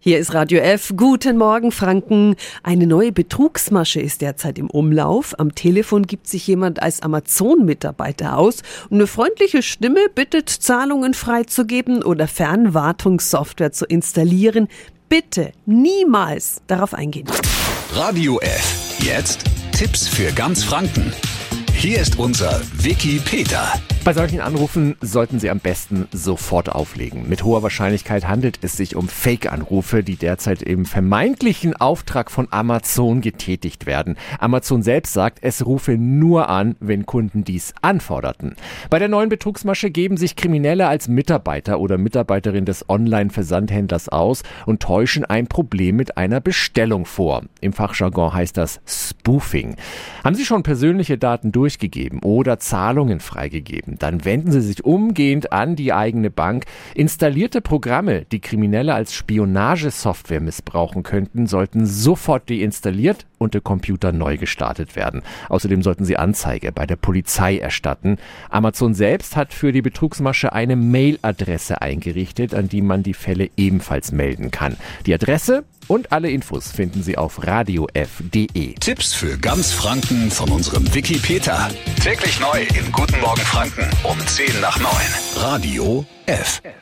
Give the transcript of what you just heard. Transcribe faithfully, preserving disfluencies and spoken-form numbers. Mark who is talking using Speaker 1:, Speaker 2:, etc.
Speaker 1: Hier ist Radio F. Guten Morgen, Franken. Eine neue Betrugsmasche ist derzeit im Umlauf. Am Telefon gibt sich jemand als Amazon-Mitarbeiter aus und eine freundliche Stimme bittet, Zahlungen freizugeben oder Fernwartungssoftware zu installieren. Bitte niemals darauf eingehen.
Speaker 2: Radio F. Jetzt Tipps für ganz Franken. Hier ist unser Wiki Peter.
Speaker 3: Bei solchen Anrufen sollten Sie am besten sofort auflegen. Mit hoher Wahrscheinlichkeit handelt es sich um Fake-Anrufe, die derzeit im vermeintlichen Auftrag von Amazon getätigt werden. Amazon selbst sagt, es rufe nur an, wenn Kunden dies anforderten. Bei der neuen Betrugsmasche geben sich Kriminelle als Mitarbeiter oder Mitarbeiterin des Online-Versandhändlers aus und täuschen ein Problem mit einer Bestellung vor. Im Fachjargon heißt das Spoofing. Haben Sie schon persönliche Daten durchgegeben oder Zahlungen freigegeben? Dann wenden Sie sich umgehend an die eigene Bank. Installierte Programme, die Kriminelle als Spionagesoftware missbrauchen könnten, sollten sofort deinstalliert und der Computer neu gestartet werden. Außerdem sollten Sie Anzeige bei der Polizei erstatten. Amazon selbst hat für die Betrugsmasche eine Mailadresse eingerichtet, an die man die Fälle ebenfalls melden kann. Die Adresse und alle Infos finden Sie auf radio f punkt d e.
Speaker 2: Tipps für ganz Franken von unserem Wiki Peter. Täglich neu in Guten Morgen Franken um zehn nach neun. Radio F.